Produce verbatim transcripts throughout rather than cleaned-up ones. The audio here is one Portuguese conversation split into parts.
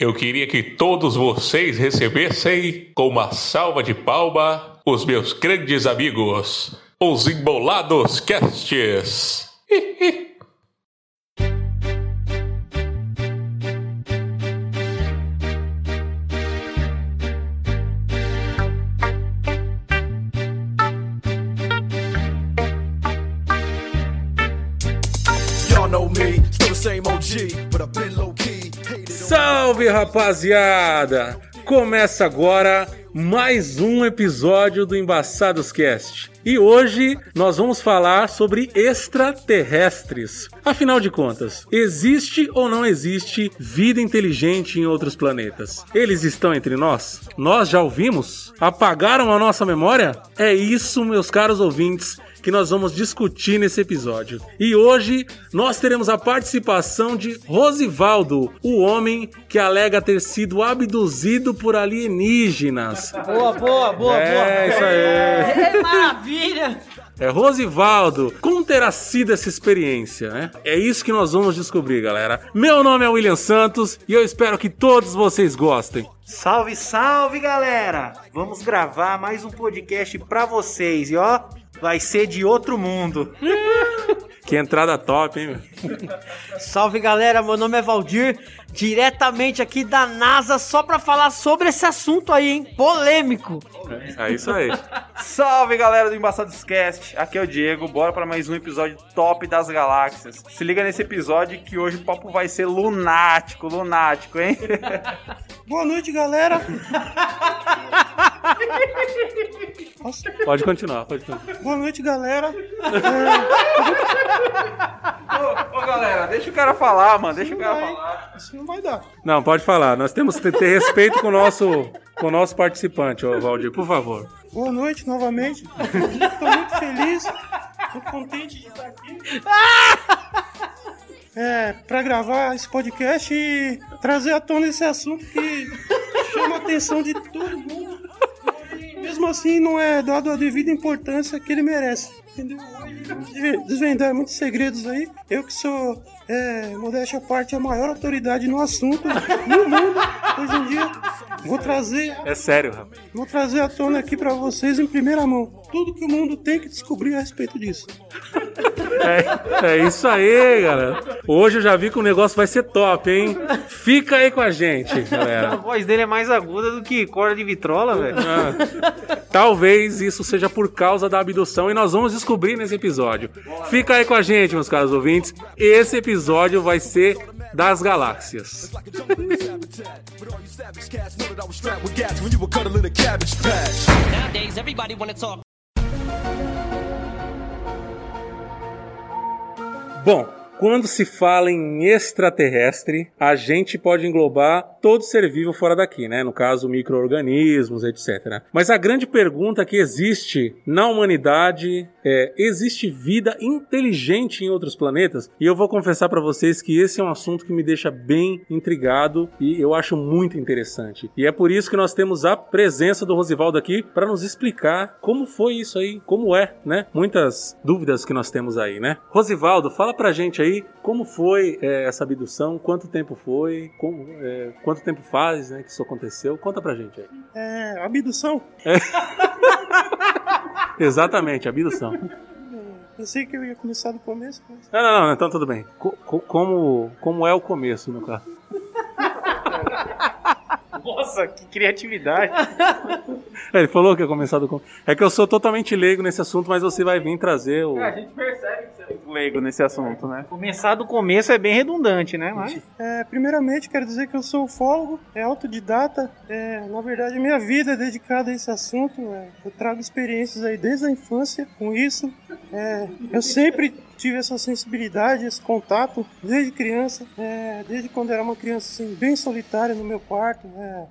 Eu queria que todos vocês recebessem com uma salva de palma os meus grandes amigos, os Embolados Casts. Salve, rapaziada! Começa agora mais um episódio do Embaçados Cast. E hoje nós vamos falar sobre extraterrestres. Afinal de contas, existe ou não existe vida inteligente em outros planetas? Eles estão entre nós? Nós já ouvimos? Apagaram a nossa memória? É isso, meus caros ouvintes, que nós vamos discutir nesse episódio. E hoje nós teremos a participação de Rosivaldo, o homem que alega ter sido abduzido por alienígenas. Boa, boa, boa, é, boa. É, isso aí. É, maravilha. É, Rosivaldo, como terá sido essa experiência, né? É isso que nós vamos descobrir, galera. Meu nome é William Santos e eu espero que todos vocês gostem. Salve, salve, galera! Vamos gravar mais um podcast pra vocês e ó, vai ser de outro mundo. Que entrada top, hein? Salve, galera, meu nome é Valdir, diretamente aqui da NASA, só pra falar sobre esse assunto aí, hein? Polêmico. É isso aí. Salve, galera do Embaçados Cast, aqui é o Diego, bora pra mais um episódio top das galáxias. Se liga nesse episódio que hoje o papo vai ser lunático, lunático, hein? Boa noite, galera. Nossa. Pode continuar, pode continuar. Boa noite, galera. Ô, ô, galera, deixa o cara falar, mano, deixa Isso o cara vai, falar. Isso não vai dar. Não, pode falar. Nós temos que ter respeito com o nosso, com o nosso participante, ô Valdir, por favor. Boa noite novamente. Estou muito feliz, muito contente de estar aqui. É, pra gravar esse podcast e trazer à tona esse assunto que chama a atenção de todo mundo. E mesmo assim não é dado a devida importância que ele merece. Entendeu? Desvendar muitos segredos aí. Eu que sou, é, modéstia à parte, a maior autoridade no assunto no mundo hoje em dia. Vou trazer. É sério, rapaz. Vou trazer à tona aqui pra vocês em primeira mão tudo que o mundo tem que descobrir a respeito disso. É, é isso aí, galera. Hoje eu já vi que o negócio vai ser top, hein? Fica aí com a gente, A galera. voz dele é mais aguda do que corda de vitrola, velho. Ah, talvez isso seja por causa da abdução e nós vamos descobrir nesse episódio. Fica aí com a gente, meus caros ouvintes. Esse episódio vai ser das galáxias. Nowadays, everybody wanna talk. Bom, quando se fala em extraterrestre, a gente pode englobar todo ser vivo fora daqui, né? No caso, micro-organismos, etcétera. Mas a grande pergunta que existe na humanidade é: existe vida inteligente em outros planetas? E eu vou confessar pra vocês que esse é um assunto que me deixa bem intrigado e eu acho muito interessante. E é por isso que nós temos a presença do Rosivaldo aqui para nos explicar como foi isso aí, como é, né? Muitas dúvidas que nós temos aí, né? Rosivaldo, fala pra gente aí como foi é, essa abdução, quanto tempo foi, como, é, quanto tempo faz, né, que isso aconteceu? Conta pra gente aí. É, abdução. É. Exatamente, abdução. Pensei que eu ia começar do começo, mas... Não, não, não, então tudo bem. Co- co- como, como é o começo, no caso? Nossa, que criatividade. Ele falou que ia começar do começo. É que eu sou totalmente leigo nesse assunto, mas você vai vir trazer o... A gente percebe que você é muito leigo nesse assunto, né? Começar do começo é bem redundante, né? Mas... É, primeiramente, quero dizer que eu sou ufólogo, é autodidata. É, na verdade, minha vida é dedicada a esse assunto. É, eu trago experiências aí desde a infância com isso. É, eu sempre tive essa sensibilidade, esse contato desde criança, é, desde quando eu era uma criança assim, bem solitária no meu quarto, é,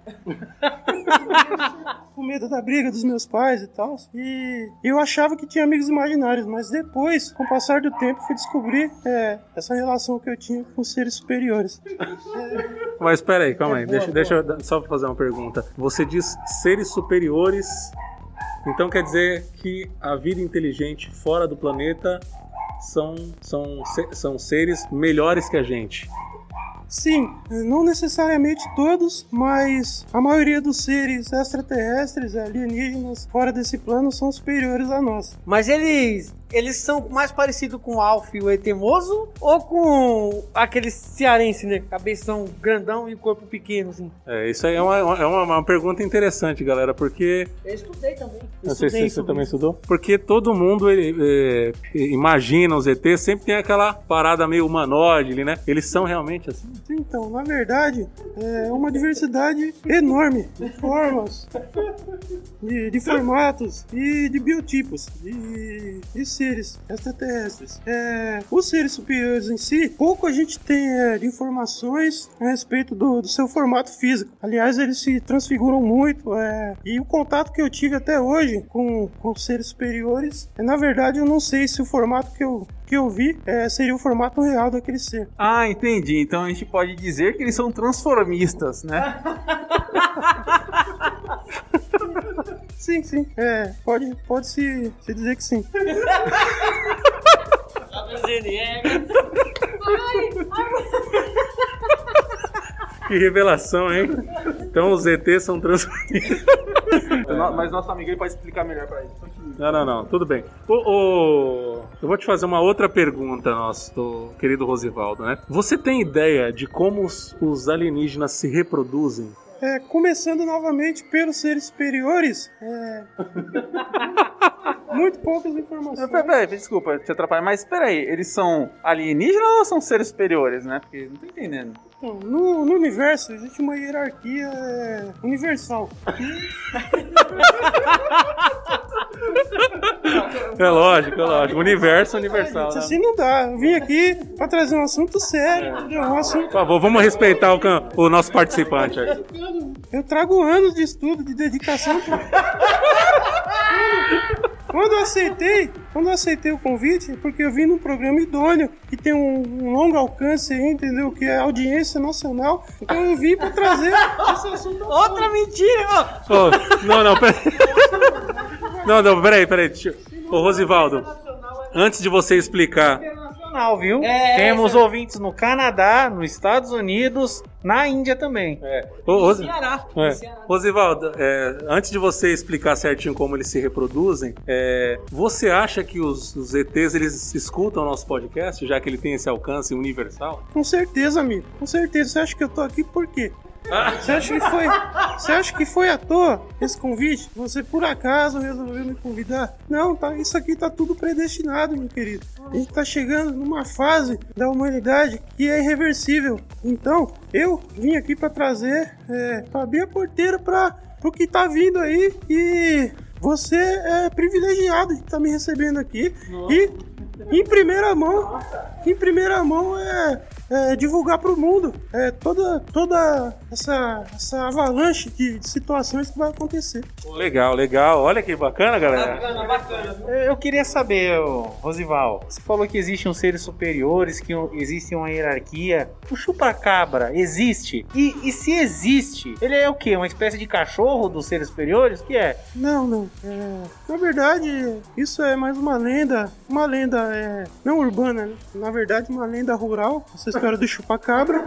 com medo da briga dos meus pais e tal. E eu achava que tinha amigos imaginários, mas depois, com o passar do tempo, fui descobrir é, essa relação que eu tinha com seres superiores. É, Mas espera aí, calma aí, É, boa, deixa, deixa eu só fazer uma pergunta. Você diz seres superiores, então quer dizer que a vida inteligente fora do planeta são, são, são seres melhores que a gente. Sim, não necessariamente todos, mas a maioria dos seres extraterrestres, alienígenas, fora desse plano, são superiores a nós. Mas eles, eles são mais parecidos com o Alf, o Etemoso, ou com aquele cearense, né? Cabeção grandão e corpo pequeno, assim? É, isso aí é uma, é uma, uma pergunta interessante, galera, porque... Eu estudei também. Não sei se você também estudou. Porque todo mundo ele, é, imagina os E Tês, sempre tem aquela parada meio humanoide, né? Eles são realmente assim? Então, na verdade, é uma diversidade enorme de formas, de, de formatos e de biotipos, de, de seres extraterrestres. É, os seres superiores em si, pouco a gente tem é, de informações a respeito do, do seu formato físico. Aliás, eles se transfiguram muito, é, e o contato que eu tive até hoje com, com os seres superiores, é, na verdade, eu não sei se o formato que eu que eu vi é, seria o formato real daquele ser. Ah, entendi. Então a gente pode dizer que eles são transformistas, né? Sim, sim. É, pode, pode se, se dizer que sim. Que revelação, hein? Então os E Tês são transformistas. Mas nosso amigo ele pode explicar melhor pra ele. Não, não, não, tudo bem. O, o... Eu vou te fazer uma outra pergunta, nosso querido Rosivaldo, né? Você tem ideia de como os, os alienígenas se reproduzem? É, começando novamente pelos seres superiores, é... muito poucas informações. Peraí, peraí, desculpa te atrapalhar, mas peraí, eles são alienígenas ou são seres superiores, né? Porque não tô entendendo. Então, no, no universo existe uma hierarquia é, universal. É lógico, é lógico. Universo universal. Gente, né? assim não dá. Eu vim aqui pra trazer um assunto sério, entendeu? Um assunto... Por favor, vamos respeitar o, can- o nosso participante aí. Eu trago anos de estudo, de dedicação. Quando eu aceitei, quando eu aceitei o convite, é porque eu vim num programa idôneo, que tem um, um longo alcance aí, entendeu? Que é audiência nacional. Então eu vim pra trazer esse assunto. Outra mentira, ó. Ô, não, não, peraí. Não, não, peraí, peraí. Deixa... Ô, Rosivaldo, antes de você explicar... Internacional, viu? É, Temos é. ouvintes no Canadá, nos Estados Unidos, na Índia também. É. Ô, Rosi... Ceará. É. Ceará. Rosivaldo, é, antes de você explicar certinho como eles se reproduzem, é, você acha que os, os E Tês eles escutam o nosso podcast, já que ele tem esse alcance universal? Com certeza, amigo. Com certeza. Você acha que eu tô aqui por quê? Você acha que foi, você acha que foi à toa esse convite? Você por acaso resolveu me convidar? Não, tá, isso aqui tá tudo predestinado, meu querido. A gente tá chegando numa fase da humanidade que é irreversível. Então, eu vim aqui pra trazer, é, pra abrir a porteira pra, pro que tá vindo aí e você é privilegiado de estar me recebendo aqui. Nossa. E em primeira mão, em primeira mão é, é divulgar para o mundo é, toda, toda essa, essa avalanche de, de situações que vai acontecer. Legal, legal. Olha que bacana, galera. Bacana, bacana. Eu queria saber, ô, Rosival, você falou que existem os seres superiores, que existe uma hierarquia. O chupacabra existe? E, e se existe, ele é o quê? Uma espécie de cachorro dos seres superiores? O que é? Não, não. É, na verdade, isso é mais uma lenda, uma lenda é, não urbana, né? Na verdade, uma lenda rural. Essa história do chupacabra.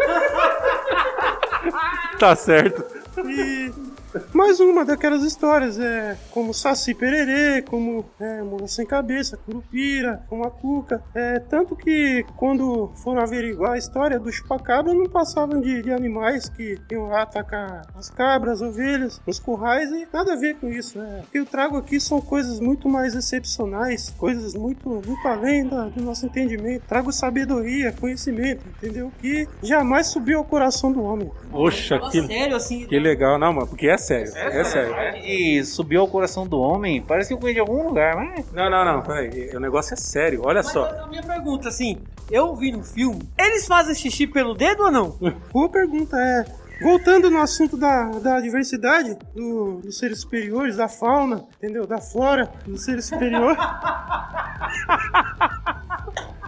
Tá certo. E mais uma daquelas histórias, é como Saci Pererê, como é, Mula Sem Cabeça, Curupira, como a Cuca. É, tanto que quando foram averiguar a história do chupacabra, não passavam de, de animais que iam lá atacar as cabras, as ovelhas, os currais, e nada a ver com isso. É. O que eu trago aqui são coisas muito mais excepcionais, coisas muito, muito além da, do nosso entendimento. Trago sabedoria, conhecimento, entendeu? Que jamais subiu ao coração do homem. Poxa, Fala que, sério, assim. que legal. Não, mano, porque é sério. É, é sério. E subiu ao coração do homem? Parece que eu conheço de algum lugar, mas... Não, não, não. Peraí. O negócio é sério. Olha Mas só. a minha pergunta, assim, eu vi no filme, eles fazem xixi pelo dedo ou não? Boa pergunta, é... Voltando no assunto da, da diversidade do, dos seres superiores, da fauna, entendeu? Da flora dos seres superiores.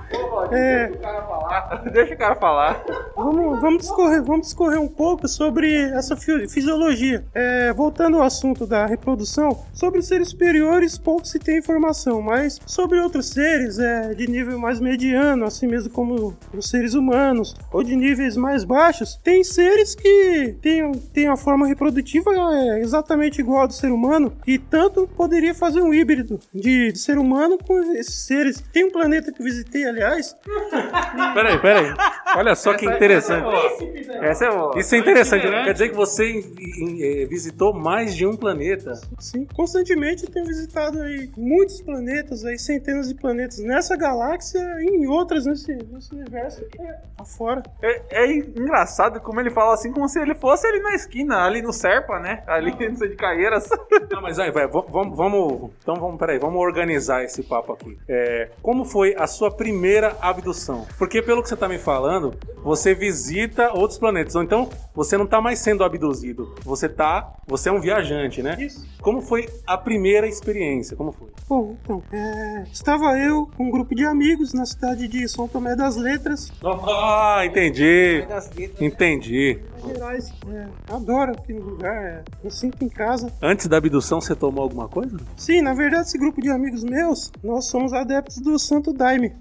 É, Deixa o cara falar. Deixa o cara falar. vamos, vamos, discorrer, vamos discorrer um pouco sobre essa fi- fisiologia. É, voltando ao assunto da reprodução, sobre os seres superiores pouco se tem informação, mas sobre outros seres é, de nível mais mediano, assim mesmo como os seres humanos, ou de níveis mais baixos, tem seres que têm, têm a forma reprodutiva é, exatamente igual ao do ser humano, e tanto poderia fazer um híbrido de, de ser humano com esses seres. Tem um planeta que eu visitei, aliás. Peraí, peraí. Olha só que interessante. Essa é boa. Isso é interessante. Quer dizer que você em- em- eh, visitou mais de um planeta. Sim, constantemente eu tenho visitado aí muitos planetas, aí centenas de planetas nessa galáxia e em outras nesse, nesse universo é, afora. É, é engraçado como ele fala assim, como se ele fosse ali na esquina, ali no Serpa, né? Ali no centro de Caieiras. Não, mas aí, vai, vamos, vamos. Então vamos, peraí, vamos organizar esse papo aqui. É, como foi a sua primeira abdução? Porque pelo que você tá me falando, você visita outros planetas. Ou então você não tá mais sendo abduzido. Você tá. Você é um viajante, né? Isso. Como foi a primeira experiência? Como foi? Bom, então, é, estava eu com um grupo de amigos na cidade de São Tomé das Letras. Ah, entendi. Das letras. Entendi. Minas Gerais. É, adoro aquele lugar, é, me sinto em casa. Antes da abdução, você tomou alguma coisa? Sim, na verdade, esse grupo de amigos meus, nós somos adeptos do Santo Daime.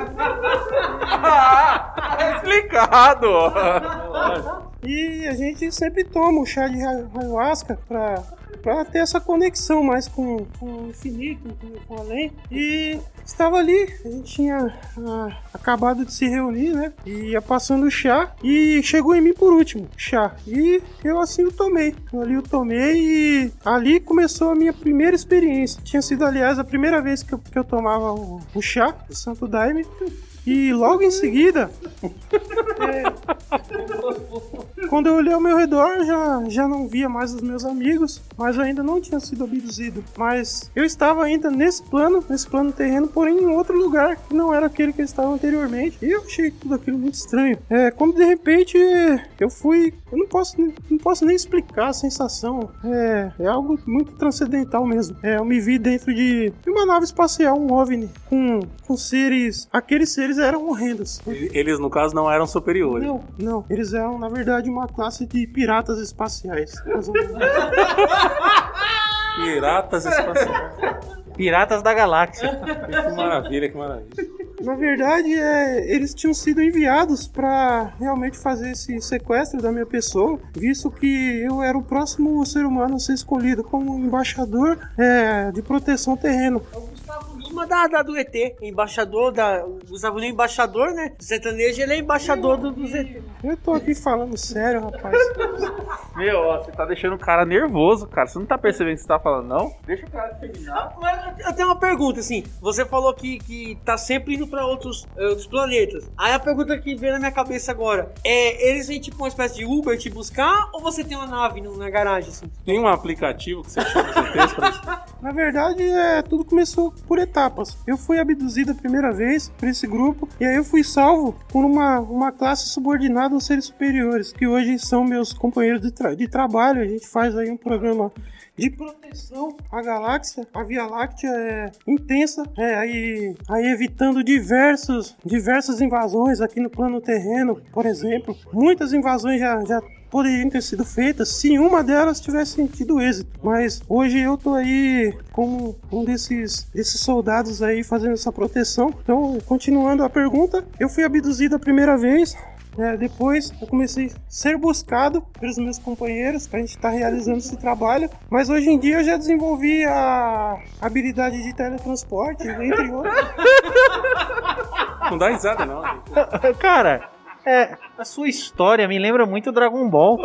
Ah, explicado. E a gente sempre toma o chá de ra- ayahuasca pra, pra ter essa conexão mais com, com o infinito, com, com o além. E estava ali, a gente tinha ah, acabado de se reunir, né? E ia passando o chá e chegou em mim por último, chá. E eu assim o tomei. Eu ali eu tomei e ali começou a minha primeira experiência. Tinha sido, aliás, a primeira vez que eu, que eu tomava o, o chá do Santo Daime. E logo em seguida, é, quando eu olhei ao meu redor, já, já não via mais os meus amigos, mas eu ainda não tinha sido abduzido. Mas eu estava ainda nesse plano, nesse plano terreno, porém em outro lugar, que não era aquele que eu estava anteriormente. E eu achei tudo aquilo muito estranho. É, quando de repente eu fui... Eu não posso, não posso nem explicar a sensação. É, é algo muito transcendental mesmo. É, eu me vi dentro de, de uma nave espacial, um OVNI, com, com seres... Aqueles seres eram horrendos. Eles, no caso, não eram superiores. Não, não. Eles eram, na verdade, uma classe de piratas espaciais. Piratas espaciais. Piratas da Galáxia. Que maravilha, que maravilha. Na verdade, é, eles tinham sido enviados para realmente fazer esse sequestro da minha pessoa, visto que eu era o próximo ser humano a ser escolhido como embaixador é, de proteção terreno. Gustavo Lima da, da do E T, embaixador da. O Gustavo Lima, embaixador, né? Do sertanejo, ele é embaixador do, do Z T. Eu tô aqui falando sério, rapaz. Meu, ó, você tá deixando o cara nervoso, cara. Você não tá percebendo o que você tá falando, não? Deixa o cara terminar. Mas eu tenho uma pergunta, assim. Você falou que, que tá sempre indo pra outros, eh, outros planetas. Aí a pergunta que veio na minha cabeça agora é: eles vêm tipo uma espécie de Uber te buscar ou você tem uma nave no- na garagem, assim? Tem um aplicativo que você chama de texto pra isso? Na verdade, é, tudo começou por etapas. Eu fui abduzido a primeira vez por esse grupo, e aí eu fui salvo por uma, uma classe subordinada aos seres superiores, que hoje são meus companheiros de, tra- de trabalho. A gente faz aí um programa de proteção à galáxia. A Via Láctea é intensa, é, aí, aí evitando diversos, diversas invasões aqui no plano terreno, por exemplo. Muitas invasões já, já poderiam ter sido feitas se uma delas tivesse tido êxito. Mas hoje eu tô aí como um desses, desses soldados aí fazendo essa proteção. Então, continuando a pergunta, eu fui abduzido a primeira vez. É, depois eu comecei a ser buscado pelos meus companheiros para a gente estar realizando esse trabalho, mas hoje em dia eu já desenvolvi a habilidade de teletransporte, entre outros. Não dá risada, não. Cara, é, a sua história me lembra muito Dragon Ball.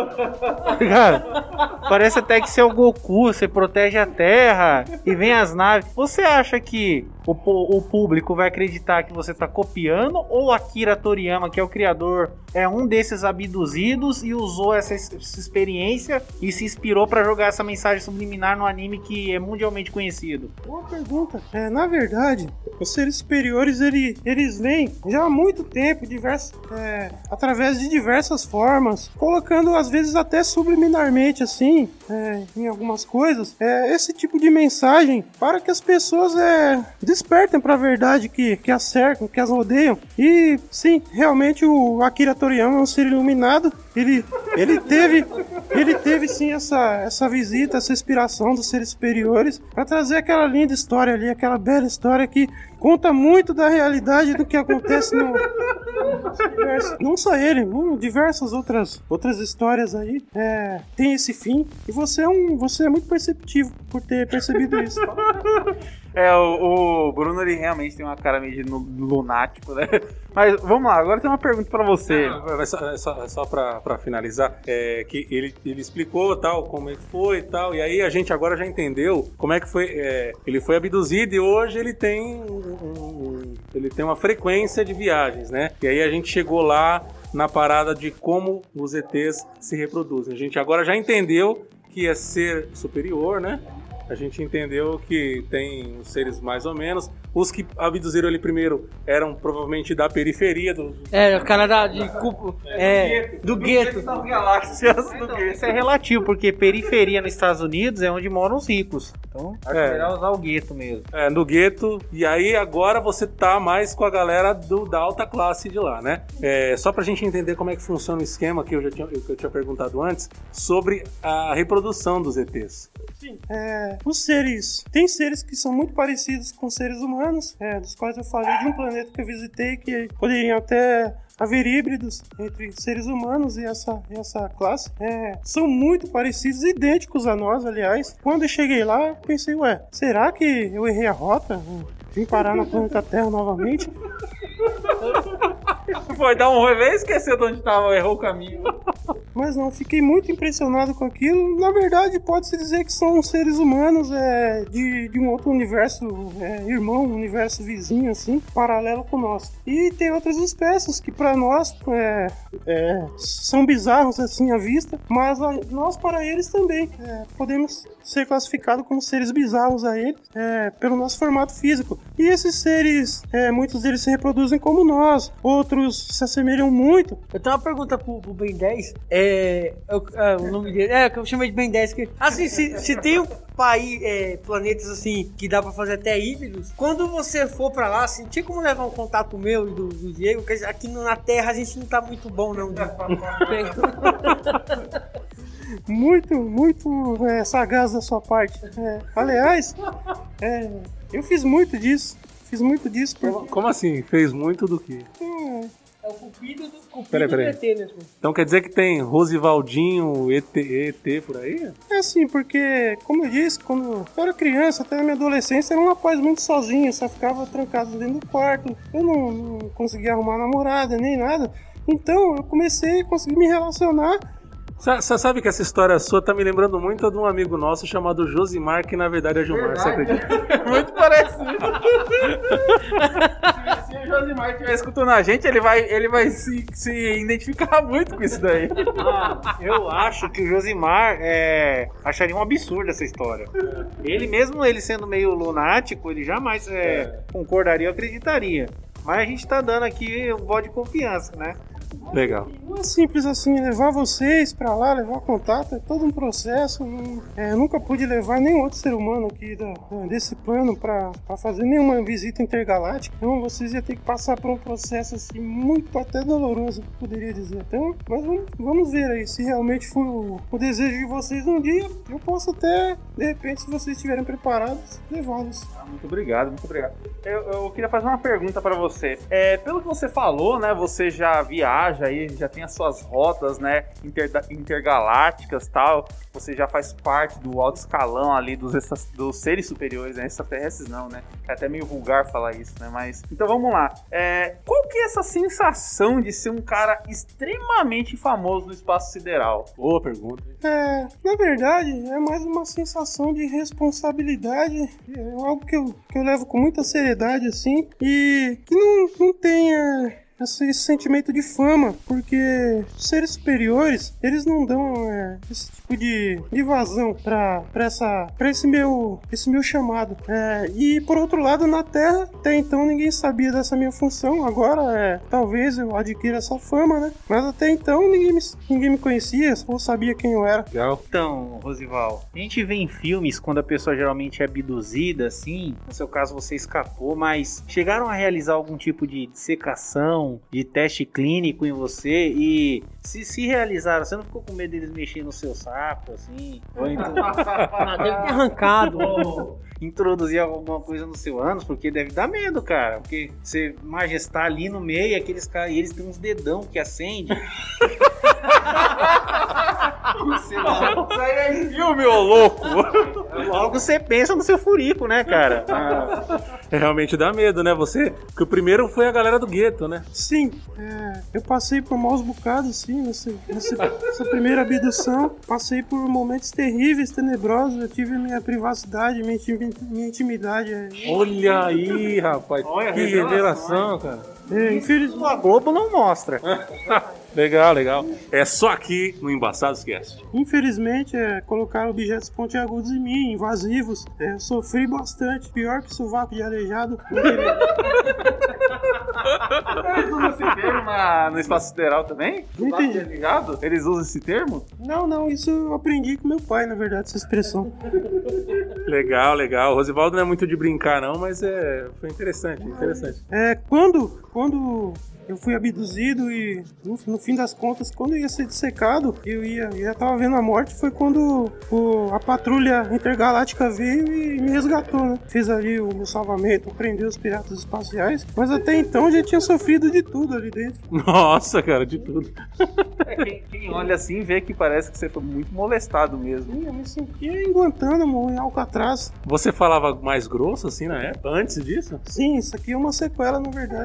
Cara, parece até que você é o Goku, você protege a Terra e vem as naves. Você acha que o, po- o público vai acreditar que você tá copiando, ou Akira Toriyama, que é o criador, é um desses abduzidos e usou essa, essa experiência e se inspirou pra jogar essa mensagem subliminar no anime que é mundialmente conhecido? Boa pergunta. É, na verdade, os seres superiores, ele, eles vêm já há muito tempo, diversos, é, através de diversas formas, colocando às vezes até subliminarmente, assim, é, em algumas coisas, é, esse tipo de mensagem para que as pessoas é, despertem para a verdade que, que as cercam, que as rodeiam. E sim, realmente o Akira Toriyama é um ser iluminado. Ele, ele teve, ele teve sim essa, essa visita, essa inspiração dos seres superiores para trazer aquela linda história ali, aquela bela história que conta muito da realidade do que acontece no... Não só ele, diversas outras, outras histórias aí é, tem esse fim. E você é, um, você é muito perceptivo por ter percebido isso. É, o, o Bruno, ele realmente tem uma cara meio de lunático, né? Mas vamos lá, agora tem uma pergunta pra você. Não, é só, é só, é só pra, pra finalizar, é que ele, ele explicou tal, como é que foi e tal, e aí a gente agora já entendeu como é que foi. É, ele foi abduzido e hoje ele tem, um, um, ele tem uma frequência de viagens, né? E aí a gente chegou lá na parada de como os E Tês se reproduzem. A gente agora já entendeu que é ser superior, né? A gente entendeu que tem os seres mais ou menos. Os que abduziram ele primeiro eram provavelmente da periferia do... É, o cara da, de cupo, é, do gueto. Das galáxias do Então, gueto. isso é relativo, porque periferia nos Estados Unidos é onde moram os ricos. Então, acho É. melhor usar o gueto mesmo. É, no gueto. E aí agora você tá mais com a galera do, da alta classe de lá, né? É, só pra gente entender como é que funciona o esquema que eu já tinha, que eu tinha perguntado antes, sobre a reprodução dos E Tês. É, os seres, tem seres que são muito parecidos com seres humanos, é, dos quais eu falei de um planeta que eu visitei que poderiam até haver híbridos entre seres humanos e essa, e essa classe. É, são muito parecidos, idênticos a nós, aliás. Quando eu cheguei lá, eu pensei, ué, será que eu errei a rota? Vim parar no planeta Terra novamente? Foi dar um rolê e esqueceu de onde tava, errou o caminho. Mas não, fiquei muito impressionado com aquilo. Na verdade, pode-se dizer que são seres humanos é, de, de um outro universo, é, irmão, um universo vizinho, assim, paralelo com o nosso. E tem outras espécies que para nós é, é, são bizarros, assim, à vista, mas a, nós para eles também é, podemos ser classificados como seres bizarros a eles, é, pelo nosso formato físico. E esses seres, é, muitos deles se reproduzem como nós, outros se assemelham muito. Eu tenho uma pergunta pro, pro Ben dez. É, eu- é, o nome dele. É, que eu chamei de Ben dez. Que, assim, se, se tem um país, é, planetas assim, que dá pra fazer até híbridos, quando você for pra lá, assim, tinha como levar um contato meu e do, do Diego, que aqui na Terra a gente não tá muito bom, não. De... Muito, muito é, sagaz da sua parte. É, aliás, é, eu fiz muito disso. Fiz muito disso porque... Como assim? Fez muito do que? Hum, É o cupido do cupido Peraí, do peraí. E T, né? Então quer dizer que tem Rosivaldinho, E T, E T por aí? é assim, porque, como eu disse, quando eu era criança, até na minha adolescência, era um rapaz muito sozinho, só ficava trancado dentro do quarto. Eu não, não conseguia arrumar namorada, nem nada. Então, eu comecei a conseguir me relacionar. Você sabe que essa história sua tá me lembrando muito de um amigo nosso chamado Josimar, que na verdade é Gilmar, você acredita? Muito parecido. Se o Josimar estiver escutando a gente, ele vai, ele vai se, se identificar muito com isso daí. Ah, eu acho que o Josimar é, acharia um absurdo essa história. Ele mesmo, ele sendo meio lunático, ele jamais é, concordaria ou acreditaria. Mas a gente tá dando aqui um voto de confiança, né? Legal. Não é simples assim, levar vocês pra lá, levar contato, é todo um processo. Não- é, eu nunca pude levar nenhum outro ser humano aqui da- da- desse plano pra, pra fazer nenhuma visita intergaláctica. Então vocês iam ter que passar por um processo assim muito até doloroso, poderia dizer. Então, mas vamos, vamos ver aí, se realmente for o, o desejo de vocês um dia, eu posso até, de repente, se vocês estiverem preparados, levá-los. Ah, muito obrigado, muito obrigado. Eu, eu queria fazer uma pergunta pra você. É, pelo que você falou, né, você já viaja aí, já tem as suas rotas, né, interda- intergalácticas e tal. Você já faz parte do alto escalão ali dos, extra- dos seres superiores, né, extraterrestres não, né? É até meio vulgar falar isso, né, mas... Então vamos lá. É, qual que é essa sensação de ser um cara extremamente famoso no espaço sideral? Boa pergunta. É, na verdade, é mais uma sensação de responsabilidade, é algo que eu, que eu levo com muita seriedade, assim, e que não, não tem, é, esse, esse sentimento de fama, porque os seres superiores, eles não dão é, esse tipo de, de vazão pra, pra, essa, pra esse, meu, esse meu chamado. É, e por outro lado, na Terra, até então ninguém sabia dessa minha função. Agora, é, talvez eu adquira essa fama, né? Mas até então ninguém me, ninguém me conhecia, só sabia quem eu era. Legal. Então, Rosival, a gente vê em filmes quando a pessoa geralmente é abduzida, assim, no seu caso você escapou, mas chegaram a realizar algum tipo de dissecação, de teste clínico em você e se, se realizaram, você não ficou com medo deles mexerem no seu saco, assim? Ou então, Ah, deve ter arrancado. ou introduzir alguma coisa no seu ânus, porque deve dar medo, cara, porque você majestar ali no meio, aqueles caras, e eles têm uns dedão que acende. Você não... Isso aí é filme, ô louco! Logo você pensa no seu furico, né, cara? Ah. É, realmente dá medo, né? Você. Porque o primeiro foi a galera do gueto, né? Sim, é, eu passei por maus bocados, sim, nessa, nessa, nessa primeira abdução. Passei por momentos terríveis, tenebrosos. Eu tive minha privacidade, minha, intim- minha intimidade. é. Olha aí, rapaz. Olha, que revelação, revelação, cara. É, infeliz- A Globo não mostra. Legal, legal. É só aqui no Embaçados Cast. Infelizmente, é, colocaram objetos pontiagudos em mim, invasivos. É, eu sofri bastante, pior que sovaco de aleijado. Eles usam esse termo na, no espaço sideral também? Não entendi. Ligado? Eles usam esse termo? Não, não, isso eu aprendi com meu pai, na verdade, essa expressão. Legal, legal. O Rosivaldo não é muito de brincar, não, mas é, foi interessante, interessante. É, quando, quando eu fui abduzido e, no, no fim das contas, quando eu ia ser dissecado, eu ia, já tava vendo a morte, foi quando o, a patrulha intergaláctica veio e me resgatou, né? Fez ali o meu salvamento, prendeu os piratas espaciais, mas até então eu já tinha sofrido de tudo ali dentro. Nossa, cara, de tudo. É, quem, quem olha assim vê que parece que você foi muito molestado mesmo. Sim, eu me sentia em Guantánamo, em Alcatraz. Você falava mais grosso assim na época, antes disso? Sim, isso aqui é uma sequela, na verdade.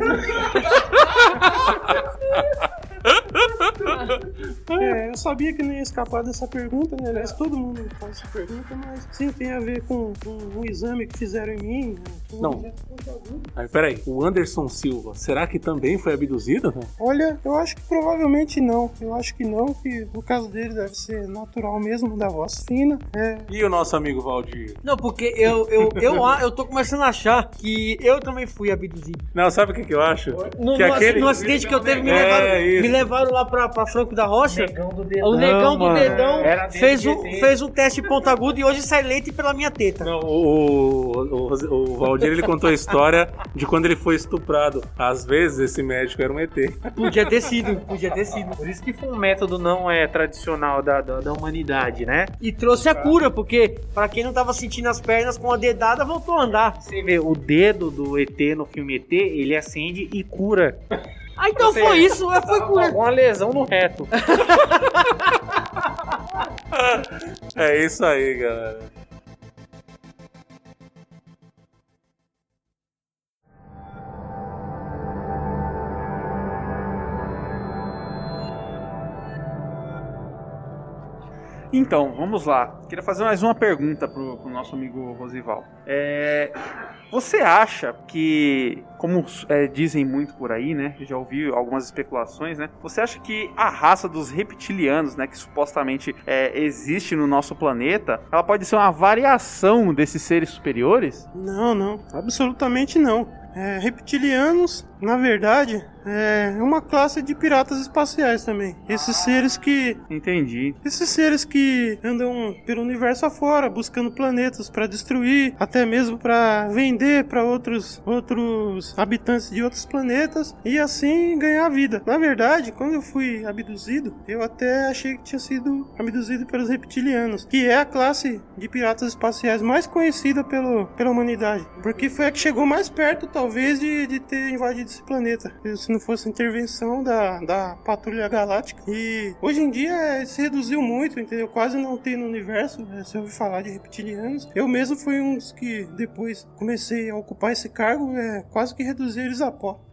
É, eu sabia que não ia escapar dessa pergunta, né? Aliás, todo mundo faz essa pergunta, mas sim, tem a ver com, com um exame que fizeram em mim. né? Com Não. um objeto pontiagudo. Aí, peraí, o Anderson Silva, será que também foi abduzido? Né? Olha, eu acho que provavelmente não. Eu acho que não, que no caso dele deve ser natural mesmo, da voz fina. É, E o nosso amigo Valdir? Não, porque eu, eu, eu, a- eu tô começando a achar que eu também fui abduzido. Não, sabe o que, que eu acho? No, que no aquele... aci- no acidente que eu teve, me É, levaram, isso. me levaram lá pra, pra Franco da Rocha. Negão do dedão, O negão do mano. dedão Era dele fez de um, E T. fez um teste pontagudo e hoje sai leite pela minha teta. Não, o, o, o, o Valdir ele contou a história de quando ele foi estuprado. Às vezes esse médico era um E T. Podia ter sido, podia ter sido. Por isso que foi um método não é tradicional da, da, da humanidade, né? E trouxe a cura, porque pra quem não tava sentindo as pernas com a dedada, voltou a andar. Você vê, o dedo do E T no filme E T, ele acende e cura. Ah, então Você- foi isso, é, foi cura. Uma lesão no reto. É isso aí, galera. Então, vamos lá. Queria fazer mais uma pergunta pro, pro nosso amigo Rosival. É, você acha que, como é, dizem muito por aí, né? Eu já ouvi algumas especulações, né? Você acha que a raça dos reptilianos, né? Que supostamente é, existe no nosso planeta, ela pode ser uma variação desses seres superiores? não, não, absolutamente não. É, reptilianos, na verdade, é uma classe de piratas espaciais também. Esses seres que Entendi. Esses seres que andam pelo universo afora, buscando planetas para destruir, até mesmo para vender para outros, outros habitantes de outros planetas e assim ganhar vida. Na verdade, quando eu fui abduzido, eu até achei que tinha sido abduzido pelos reptilianos, que é a classe de piratas espaciais mais conhecida pelo, pela humanidade, porque foi a que chegou mais perto, talvez, de, de ter invadido esse planeta, se não fosse a intervenção da, da Patrulha Galáctica. E hoje em dia é, se reduziu muito, entendeu? Quase não tem no universo, né? Se eu ouvir falar de reptilianos. Eu mesmo fui um dos que depois comecei a ocupar esse cargo, é, quase que reduzir eles a pó.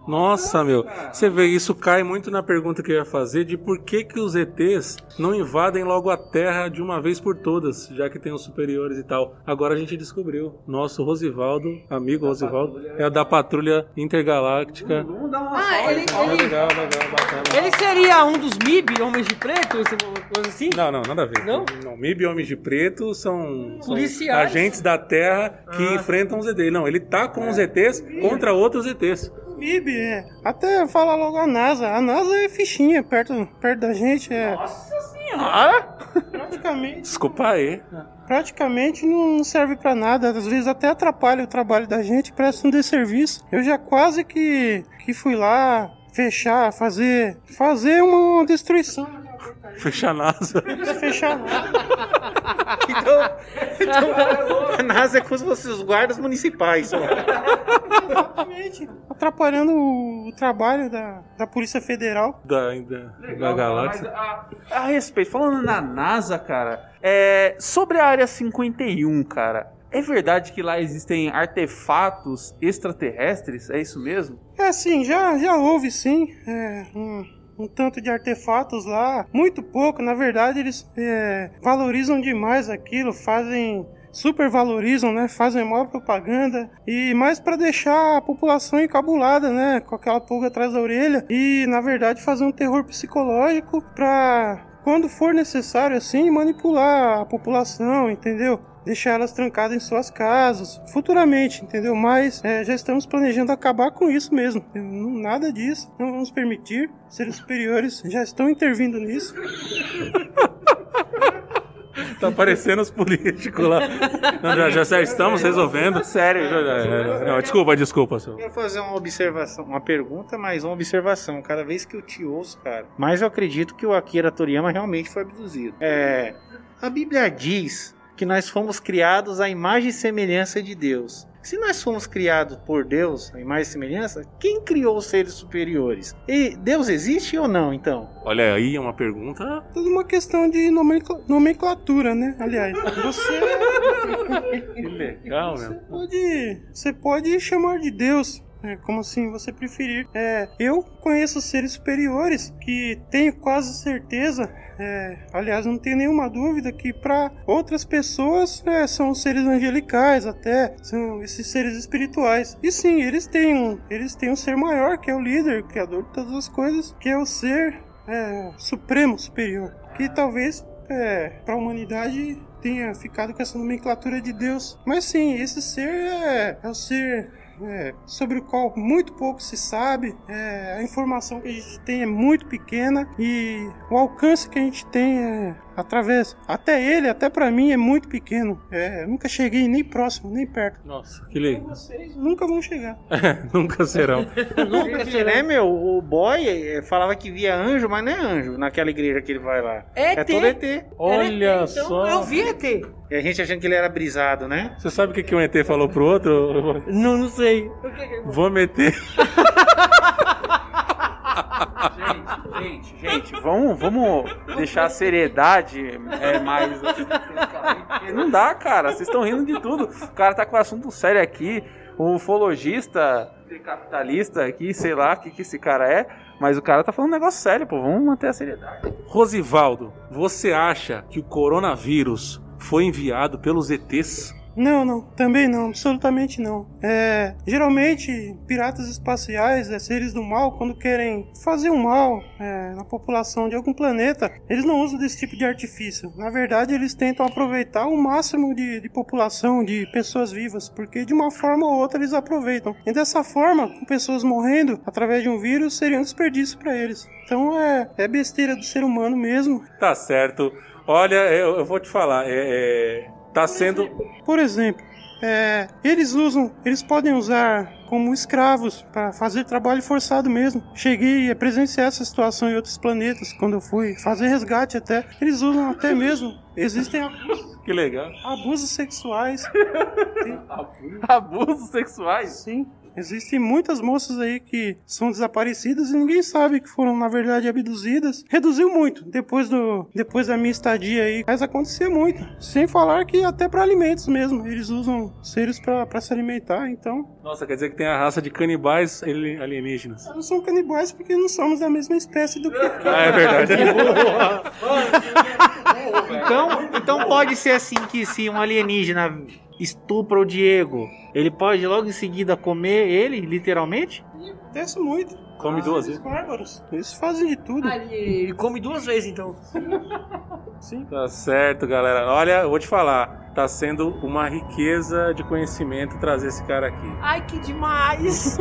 Nossa, meu. Você vê, isso cai muito na pergunta que eu ia fazer de por que que os E Tês não invadem logo a Terra de uma vez por todas, já que tem os superiores e tal. Agora a gente descobriu. Nosso Rosivaldo, amigo Rosivaldo, é da Patrulha Intergaláctica. Vamos dar uma Ah, ele, Ó, ele, legal, legal, bacana. ele seria um dos M I B, Homens de Preto, uma coisa assim? Não, não, nada a ver. Não? Não, M I B e Homens de Preto são, são Policiais. agentes da Terra que Ah. enfrentam os E Tês. Não, ele tá com os E Tês contra outros E Tês. M I B, é. Até falar logo a NASA. A NASA é fichinha perto, perto da gente. É. Nossa senhora! Praticamente, Desculpa aí. praticamente não serve pra nada. Às vezes até atrapalha o trabalho da gente, presta um desserviço. Eu já quase que, que fui lá fechar, fazer, fazer uma destruição. Fecha a NASA. Fechar nada. Então, então a NASA é como se fossem os guardas municipais. Só. Exatamente. Atrapalhando o, o trabalho da, da Polícia Federal. Da, da, da galáxia. Mas a, a respeito, falando na NASA, cara, é, sobre a Área cinquenta e um, cara, é verdade que lá existem artefatos extraterrestres? É isso mesmo? É assim, já, já houve sim. É, um, um tanto de artefatos lá. Muito pouco, na verdade eles é, valorizam demais aquilo, fazem... super valorizam, né? Fazem maior propaganda e mais para deixar a população encabulada, né? Com aquela pulga atrás da orelha e, na verdade, fazer um terror psicológico para, quando for necessário, assim, manipular a população, entendeu? Deixar elas trancadas em suas casas, futuramente, entendeu? Mas é, já estamos planejando acabar com isso mesmo. Não, nada disso, não vamos permitir. Seres superiores já estão intervindo nisso. Tá parecendo os políticos lá. Não, já, já, já estamos resolvendo. Sério. Não, desculpa, desculpa, senhor. Eu quero fazer uma observação, uma pergunta, mas uma observação. Cada vez que eu te ouço, cara, mais eu acredito que o Akira Toriyama realmente foi abduzido. É, a Bíblia diz que nós fomos criados à imagem e semelhança de Deus. Se nós fomos criados por Deus, a imagem e semelhança, quem criou os seres superiores? E Deus existe ou não, então? Olha aí, é uma pergunta. Tudo uma questão de nomencla- nomenclatura, né? Aliás, você... Que legal, meu. Pode, você pode chamar de Deus, é, como assim você preferir. É, eu conheço seres superiores que tenho quase certeza, é, aliás, não tenho nenhuma dúvida que para outras pessoas é, são seres angelicais, até são esses seres espirituais. E sim, eles têm um, eles têm um ser maior que é o líder, o criador de todas as coisas, que é o ser é, supremo, superior, que talvez é, para a humanidade tenha ficado com essa nomenclatura de Deus. Mas sim, esse ser é, é o ser é, sobre o qual muito pouco se sabe. É, a informação que a gente tem é muito pequena e o alcance que a gente tem é através, até ele, até pra mim é muito pequeno. É, eu nunca cheguei nem próximo, nem perto. Nossa, que legal. Vocês nunca vão chegar. Nunca serão. Nunca vi, né, meu? O boy eh, falava que via anjo, mas não é anjo naquela igreja que ele vai lá. É É E T. todo E T. Olha Então, só. eu vi E T. E a gente achando que ele era brisado, né? Você sabe o que, que um E T falou pro outro? Não, não sei. Vou meter. Gente, gente, vamos, vamos deixar a seriedade é, mais. Porque não dá, cara. Vocês estão rindo de tudo. O cara tá com um assunto sério aqui. O ufologista, capitalista aqui, sei lá o que, que esse cara é. Mas o cara tá falando um negócio sério, pô. Vamos manter a seriedade. Rosivaldo, você acha que o coronavírus foi enviado pelos E Tês? Não, não, também não, absolutamente não. É, geralmente, piratas espaciais, é, seres do mal, quando querem fazer um mal é, na população de algum planeta, eles não usam desse tipo de artifício. Na verdade, eles tentam aproveitar o máximo de, de população, de pessoas vivas, porque de uma forma ou outra eles aproveitam. E dessa forma, com pessoas morrendo através de um vírus, seria um desperdício para eles. Então é, é besteira do ser humano mesmo. Tá certo. Olha, eu, eu vou te falar, é, é, tá sendo... Por exemplo, é, eles usam, eles podem usar como escravos para fazer trabalho forçado mesmo. Cheguei a presenciar essa situação em outros planetas, quando eu fui fazer resgate até. Eles usam até mesmo, existem abusos, Que legal. abusos sexuais. Abusos sexuais? Sim. Existem muitas moças aí que são desaparecidas e ninguém sabe que foram, na verdade, abduzidas. Reduziu muito depois, do, depois da minha estadia aí. Mas acontecia muito. Sem falar que até para alimentos mesmo. Eles usam seres para se alimentar, então... Nossa, quer dizer que tem a raça de canibais alienígenas. Não são canibais porque não somos da mesma espécie do que... Ah, é verdade. Então, então pode ser assim que se um alienígena estupra o Diego, ele pode logo em seguida comer ele, literalmente? Acontece muito. Come duas Eles vezes. bárbaros. Eles fazem de tudo. Ah, ele, ele come duas vezes, então. Sim. Tá certo, galera. Olha, eu vou te falar. Tá sendo uma riqueza de conhecimento trazer esse cara aqui. Ai, que demais!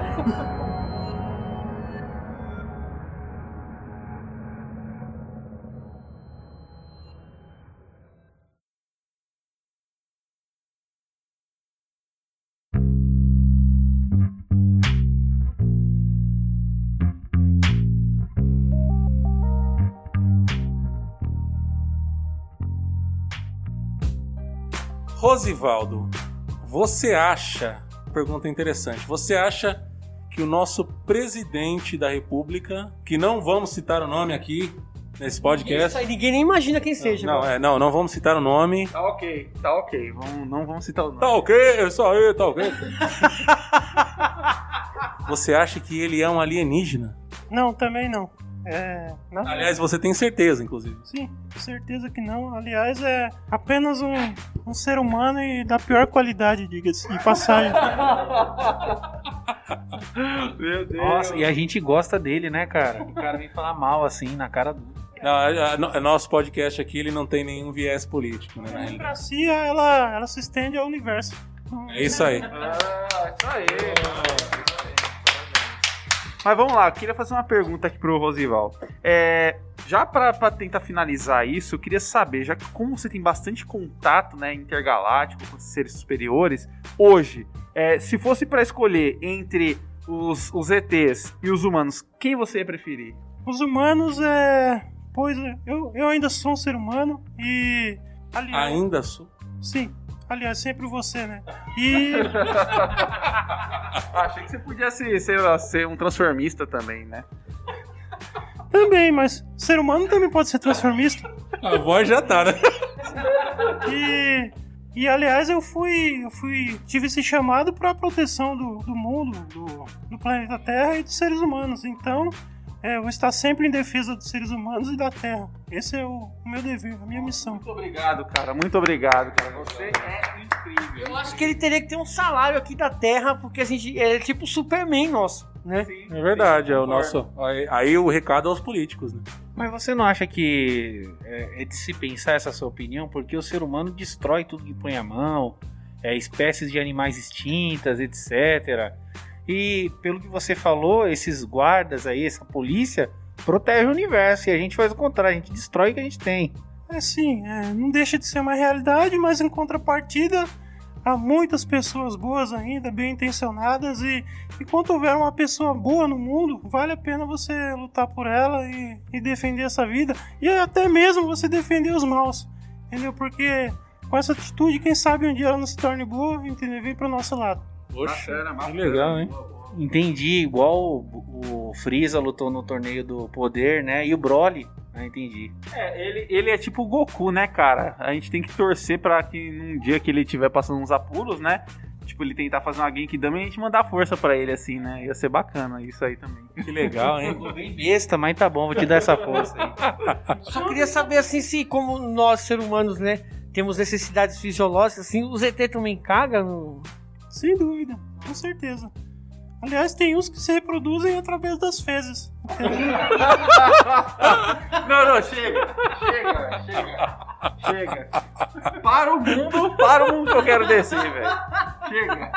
Rosivaldo, você acha, pergunta interessante, você acha que o nosso presidente da República, que não vamos citar o nome aqui nesse podcast... Isso aí, ninguém nem imagina quem seja. Não, é, não, não vamos citar o nome. Tá ok, tá ok. Vamos, não vamos citar o nome. Tá ok, isso aí, tá ok. Você acha que ele é um alienígena? Não, também não. É, não. Aliás, você tem certeza, inclusive. Sim, certeza que não. Aliás, é apenas um, um ser humano e da pior qualidade, diga-se de passagem. Meu Deus. Nossa, e a gente gosta dele, né, cara? O cara vem falar mal assim, na cara do... Não, a- a- a- nosso podcast aqui ele não tem nenhum viés político, né? A na realidade. democracia, ela, ela se estende ao universo. É isso aí. Ah, isso aí. Mas vamos lá, eu queria fazer uma pergunta aqui pro Rosival. É, já pra, pra tentar finalizar isso, eu queria saber, já que como você tem bastante contato, né, intergaláctico com esses seres superiores, hoje, é, se fosse pra escolher entre os, os E Tês e os humanos, quem você ia preferir? Os humanos, é... Pois é, eu, eu ainda sou um ser humano e... Aliás, Ainda sou. sim, aliás, sempre você, né? E... Ah, achei que você podia ser, sei lá, ser um transformista também, né? Também, mas ser humano também pode ser transformista. A voz já tá, né? E, e aliás, eu fui, eu fui, tive esse chamado para a proteção do, do mundo, do, do planeta Terra e dos seres humanos. Então, é, eu vou estar sempre em defesa dos seres humanos e da Terra. Esse é o, o meu dever, a minha missão. Muito obrigado, cara. Muito obrigado, cara. Você é incrível. Eu acho que ele teria que ter um salário aqui da Terra, porque a gente é tipo o Superman nosso, né? Sim, É verdade, sim, é o concordo. nosso. Aí, aí o recado aos políticos, né? Mas você não acha que é, é de se pensar essa sua opinião? Porque o ser humano destrói tudo que põe a mão, é, espécies de animais extintas, etcétera. E pelo que você falou, esses guardas aí, essa polícia, protege o universo. E a gente faz o contrário, a gente destrói o que a gente tem. É sim, é, não deixa de ser uma realidade, mas em contrapartida, há muitas pessoas boas ainda, bem intencionadas, e enquanto houver uma pessoa boa no mundo, vale a pena você lutar por ela e, e defender essa vida, e até mesmo você defender os maus, entendeu? Porque com essa atitude, quem sabe um dia ela não se torne boa, entendeu? Vem pro nosso lado. Poxa, Bacana, que legal, hein? Entendi, igual o, o Freeza lutou no torneio do poder, né? E o Broly, né? Entendi. É, ele, ele é tipo o Goku, né, cara? A gente tem que torcer pra que num dia que ele estiver passando uns apuros, né? Tipo, ele tentar fazer uma Genkidama e a gente mandar força pra ele, assim, né? Ia ser bacana isso aí também. Que legal, hein? Bem besta, mas tá bom, vou te dar essa força aí. Só queria saber assim se, como nós, seres humanos, né, temos necessidades fisiológicas, assim, o Z T também caga no... Sem dúvida, com certeza. Aliás, tem uns que se reproduzem através das fezes. Não, não, chega. Chega, chega. Chega. Para o mundo, para o mundo que eu quero descer, velho. Chega.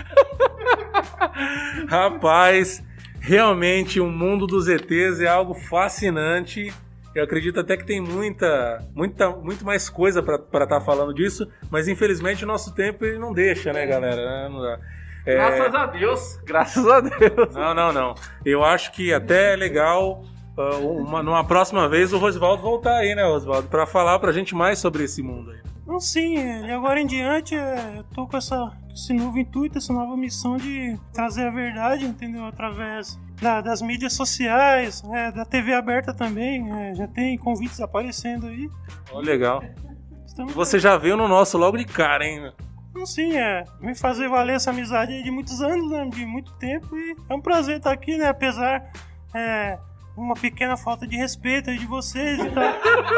Rapaz, realmente o mundo dos E Tês é algo fascinante. Eu acredito até que tem muita, muita muito mais coisa pra estar falando disso, mas infelizmente o nosso tempo ele não deixa, né, galera? Não dá. É... Graças a Deus. Graças a Deus. Não, não, não. Eu acho que até é legal uh, uma, numa próxima vez o Rosivaldo voltar aí, né, Rosivaldo? Pra falar pra gente mais sobre esse mundo aí. Não, sim, e agora em diante é, eu tô com essa, esse novo intuito, essa nova missão de trazer a verdade, entendeu? Através da, das mídias sociais, é, da T V aberta também, é, já tem convites aparecendo aí. Oh, legal. Estamos... Você já veio no nosso logo de cara, hein? Não, sim, é, me fazer valer essa amizade aí de muitos anos, né, de muito tempo, e é um prazer estar aqui, né, apesar é, uma pequena falta de respeito aí de vocês e tal.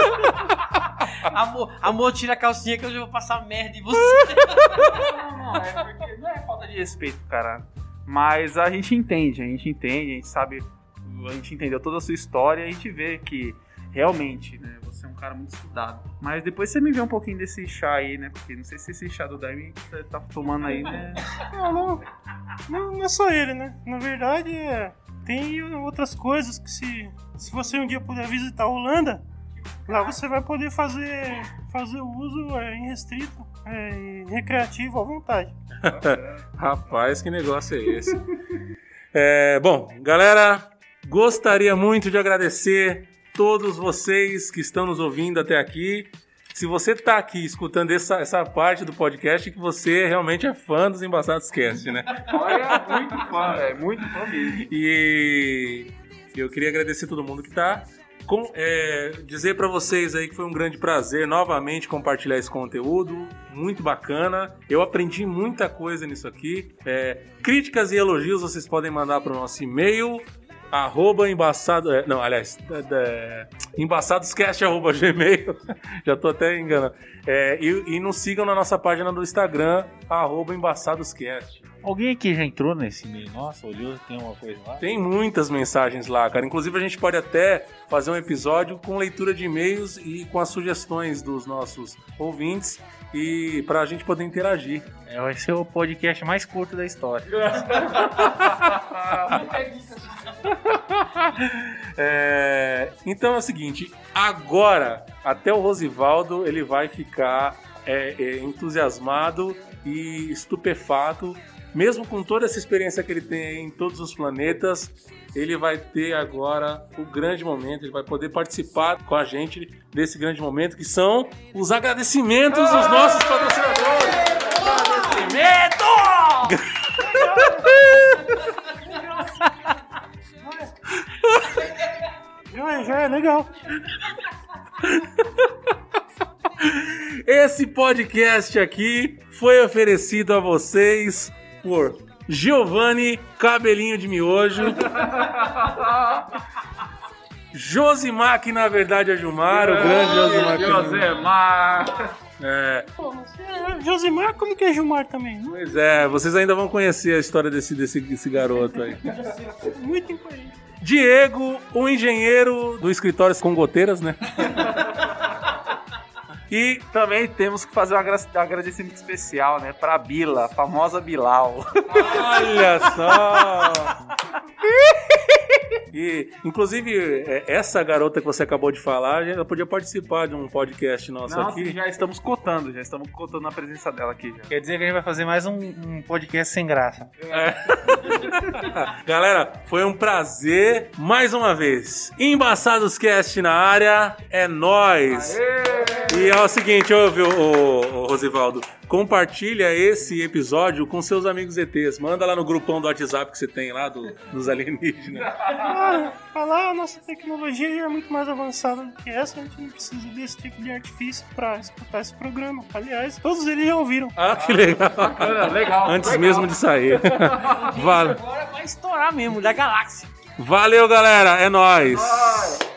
Amor, amor, tira a calcinha que eu já vou passar merda em você. Não, não, é porque não é falta de respeito, cara. Mas a gente entende, a gente entende, a gente sabe, a gente entendeu toda a sua história e a gente vê que realmente, né, você é um cara muito estudado. Mas depois você me vê um pouquinho desse chá aí, né, porque não sei se esse chá do Daime que você tá tomando aí, né. Não, não, não, não é só ele, né, na verdade é, tem outras coisas que se, se você um dia puder visitar a Holanda, lá você vai poder fazer, fazer o uso é, irrestrito é, e recreativo à vontade. Rapaz, que negócio é esse? É, bom, galera, gostaria muito de agradecer todos vocês que estão nos ouvindo até aqui. Se você está aqui escutando essa, essa parte do podcast, que você realmente é fã dos Embaçados Cast, né? Olha, muito fã, é muito fã mesmo. E eu queria agradecer todo mundo que está. Com, é, dizer para vocês aí que foi um grande prazer novamente compartilhar esse conteúdo, muito bacana. Eu aprendi muita coisa nisso aqui. É, críticas e elogios vocês podem mandar para o nosso e-mail, arroba embaçado, é, não, aliás, da, da, embaçadoscast arroba gmail, já tô até enganando. É, e, e nos sigam na nossa página do Instagram, arroba embaçadoscast. Alguém aqui já entrou nesse e-mail? Nossa, olhou, tem uma coisa lá? Tem muitas mensagens lá, cara. Inclusive a gente pode até fazer um episódio com leitura de e-mails e com as sugestões dos nossos ouvintes e pra gente poder interagir. É, vai ser o podcast mais curto da história. é, então é o seguinte, agora até o Rosivaldo ele vai ficar é, é, entusiasmado e estupefato. Mesmo com toda essa experiência que ele tem em todos os planetas, ele vai ter agora o grande momento, ele vai poder participar com a gente desse grande momento, que são os agradecimentos dos nossos patrocinadores. Agradecimento! Já é, já é legal. Esse podcast aqui foi oferecido a vocês por Giovanni Cabelinho de Miojo, Josimar, que na verdade é Gilmar, o grande Josimar. Josimar. É. Pô, mas é, Josimar, como que é Gilmar também? Né? Pois é, vocês ainda vão conhecer a história desse, desse, desse garoto aí. Muito incoerente. Diego, o engenheiro do escritório com goteiras, né? E também temos que fazer um agradecimento especial, né, pra Bila, a famosa Bilal. Olha só! E, inclusive, essa garota que você acabou de falar, ela podia participar de um podcast nosso Não, aqui. Já estamos cotando, já estamos cotando a presença dela aqui. Já. Quer dizer que a gente vai fazer mais um, um podcast sem graça. É. Galera, foi um prazer mais uma vez. Embaçados Cast na área, é nóis! Aê! E é o seguinte, ouve, ô, ô, ô, Rosivaldo, compartilha esse episódio com seus amigos E Tês. Manda lá no grupão do WhatsApp que você tem lá do, dos alienígenas. Ah, falar a nossa tecnologia já é muito mais avançada do que essa, a gente não precisa desse tipo de artifício pra escutar esse programa. Aliás, todos eles já ouviram. Ah, que legal. Legal. Antes legal. mesmo de sair. Vale. Agora vai estourar mesmo, da galáxia. Valeu, galera. É nóis.